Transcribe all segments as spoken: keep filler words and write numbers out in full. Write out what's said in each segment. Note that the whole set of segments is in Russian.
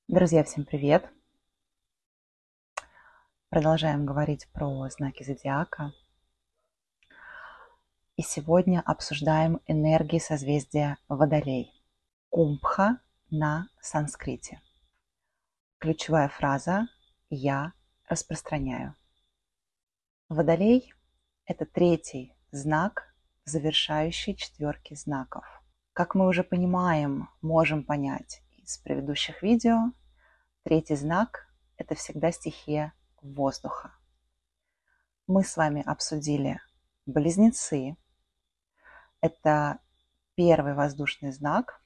Друзья, всем привет! Продолжаем говорить про знаки зодиака. И сегодня обсуждаем энергии созвездия Водолей. Кумбха на санскрите. Ключевая фраза «Я распространяю». Водолей – это третий знак, завершающий четверки знаков. Как мы уже понимаем, можем понять из предыдущих видео, третий знак – это всегда стихия воздуха. Мы с вами обсудили Близнецы. Это первый воздушный знак.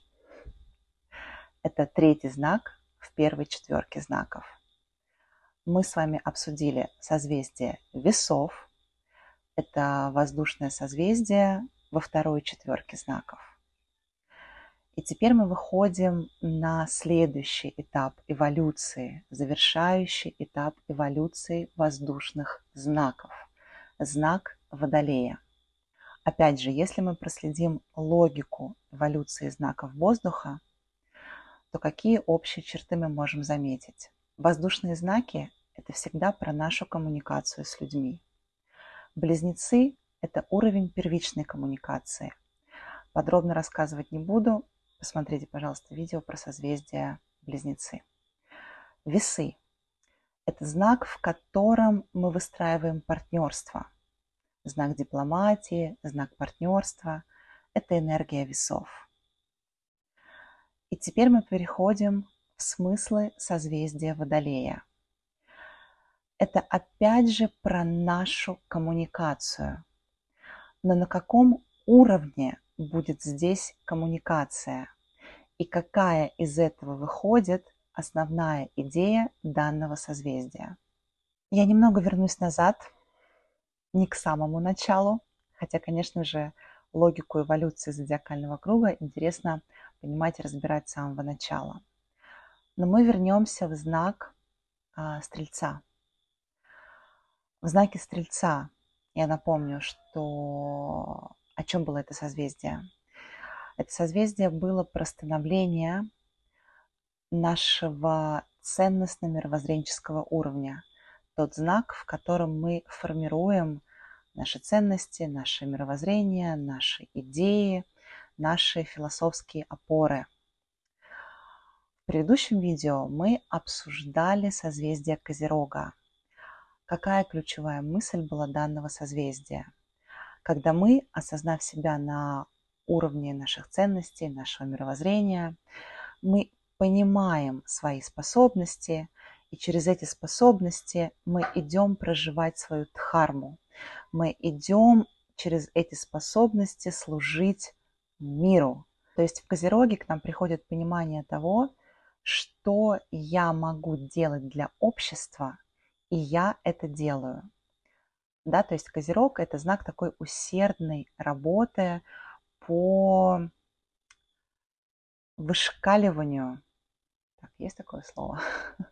Это третий знак в первой четверке знаков. Мы с вами обсудили созвездие Весов. Это воздушное созвездие во второй четверке знаков. И теперь мы выходим на следующий этап эволюции, завершающий этап эволюции воздушных знаков. Знак Водолея. Опять же, если мы проследим логику эволюции знаков воздуха, то какие общие черты мы можем заметить? Воздушные знаки – это всегда про нашу коммуникацию с людьми. Близнецы – это уровень первичной коммуникации. Подробно рассказывать не буду. Посмотрите, пожалуйста, видео про созвездие Близнецы. Весы – это знак, в котором мы выстраиваем партнерство. Знак дипломатии, знак партнерства – это энергия весов. И теперь мы переходим в смыслы созвездия Водолея. Это опять же про нашу коммуникацию. Но на каком уровне будет здесь коммуникация? И какая из этого выходит основная идея данного созвездия? Я немного вернусь назад, не к самому началу, хотя, конечно же, логику эволюции зодиакального круга интересно понимать и разбирать с самого начала. Но мы вернемся в знак а, Стрельца. В знаке Стрельца я напомню, что о чем было это созвездие. Это созвездие было про становление нашего ценностно-мировоззренческого уровня. Тот знак, в котором мы формируем наши ценности, наше мировоззрение, наши идеи, наши философские опоры. В предыдущем видео мы обсуждали созвездие Козерога. Какая ключевая мысль была данного созвездия? Когда мы, осознав себя на уровне наших ценностей, нашего мировоззрения, мы понимаем свои способности, и через эти способности мы идем проживать свою дхарму. Мы идем через эти способности служить миру. То есть в Козероге к нам приходит понимание того, что я могу делать для общества, и я это делаю. Да, то есть Козерог – это знак такой усердной работы по вышкаливанию, так, есть такое слово,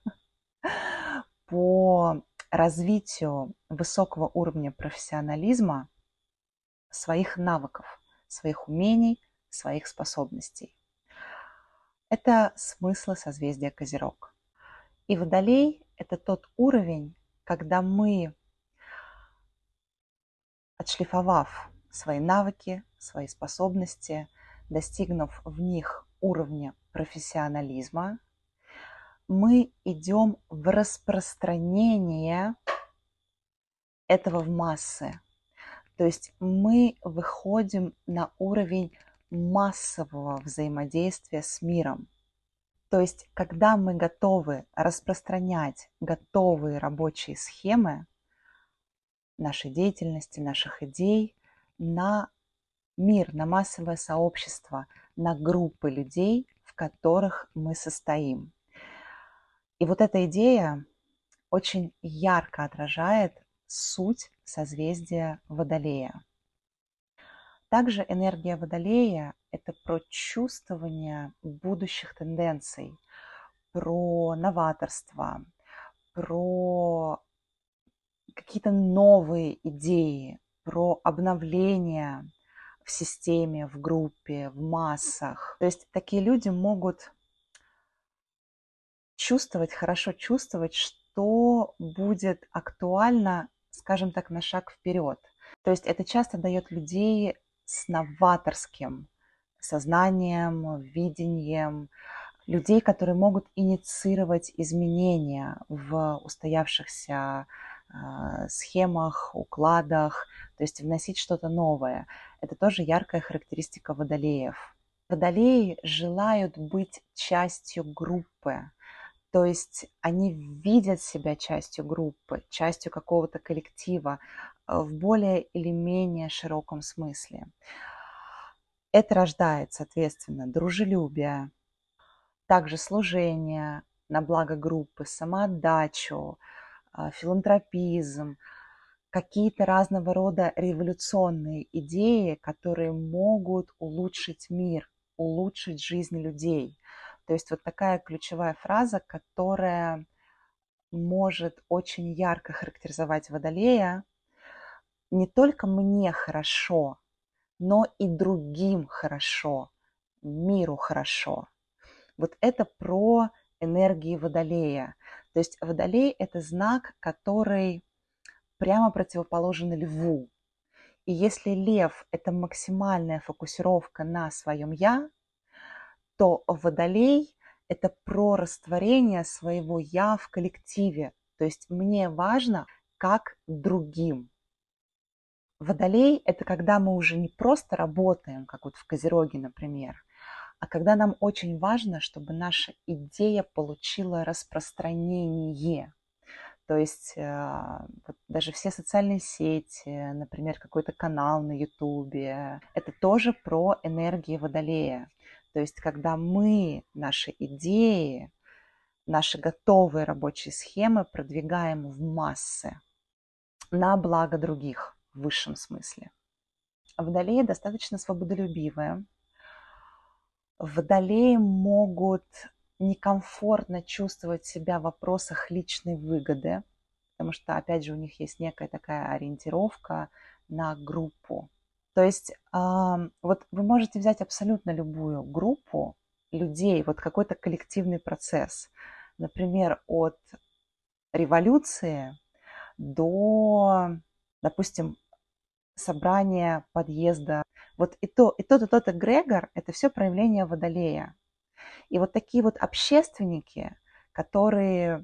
по развитию высокого уровня профессионализма своих навыков, своих умений, своих способностей. Это смыслы созвездия Козерог. И Водолей – это тот уровень, когда мы, отшлифовав свои навыки, свои способности, достигнув в них уровня профессионализма, мы идем в распространение этого в массы. То есть мы выходим на уровень массового взаимодействия с миром. То есть когда мы готовы распространять готовые рабочие схемы нашей деятельности, наших идей на мир, на массовое сообщество, на группы людей, в которых мы состоим. И вот эта идея очень ярко отражает суть созвездия Водолея. Также энергия Водолея – это про чувствование будущих тенденций, про новаторство, про какие-то новые идеи, про обновление в системе, в группе, в массах. То есть такие люди могут чувствовать, хорошо чувствовать, что будет актуально, скажем так, на шаг вперед. То есть это часто дает людей с новаторским сознанием, видением, людей, которые могут инициировать изменения в устоявшихся э, схемах, укладах, то есть вносить что-то новое. Это тоже яркая характеристика водолеев. Водолеи желают быть частью группы, то есть они видят себя частью группы, частью какого-то коллектива в более или менее широком смысле. Это рождает, соответственно, дружелюбие, также служение на благо группы, самоотдачу, филантропизм, какие-то разного рода революционные идеи, которые могут улучшить мир, улучшить жизнь людей. То есть вот такая ключевая фраза, которая может очень ярко характеризовать водолея: не только мне хорошо, но и другим хорошо, миру хорошо. Вот это про энергии водолея. То есть водолей – это знак, который прямо противоположен льву. И если лев – это максимальная фокусировка на своем «я», то водолей – это про растворение своего «я» в коллективе. То есть мне важно, как другим. Водолей – это когда мы уже не просто работаем, как вот в Козероге, например, а когда нам очень важно, чтобы наша идея получила распространение. То есть э, вот даже все социальные сети, например, какой-то канал на Ютубе, это тоже про энергии Водолея. То есть когда мы наши идеи, наши готовые рабочие схемы продвигаем в массы на благо других в высшем смысле. Водолеи достаточно свободолюбивые. Водолеи могут некомфортно чувствовать себя в вопросах личной выгоды, потому что, опять же, у них есть некая такая ориентировка на группу. То есть вот вы можете взять абсолютно любую группу людей, вот какой-то коллективный процесс, например, от революции до, допустим, собрания подъезда. Вот и то, и тот, и тот эгрегор – это все проявление Водолея. И вот такие вот общественники, которые,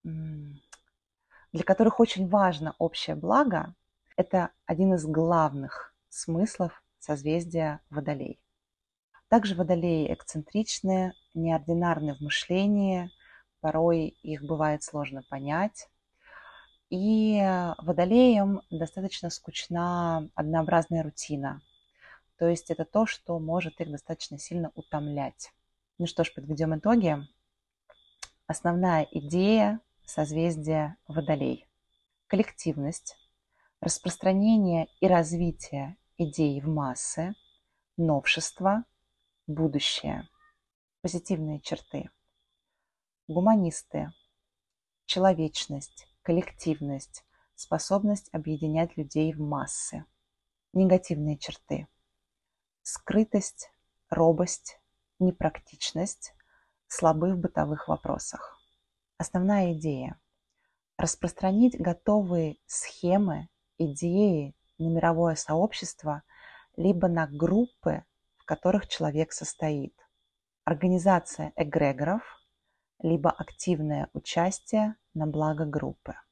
для которых очень важно общее благо, это один из главных смыслов созвездия Водолей. Также Водолеи эксцентричные, неординарны в мышлении, порой их бывает сложно понять. И водолеям достаточно скучна однообразная рутина. То есть это то, что может их достаточно сильно утомлять. Ну что ж, подведем итоги. Основная идея созвездия Водолей. Коллективность, распространение и развитие идей в массы, новшество, будущее. Позитивные черты. Гуманисты, человечность, коллективность, способность объединять людей в массы. Негативные черты. Скрытость, робость, непрактичность, слабы в бытовых вопросах. Основная идея – распространить готовые схемы, идеи на мировое сообщество, либо на группы, в которых человек состоит. Организация эгрегоров, либо активное участие на благо группы.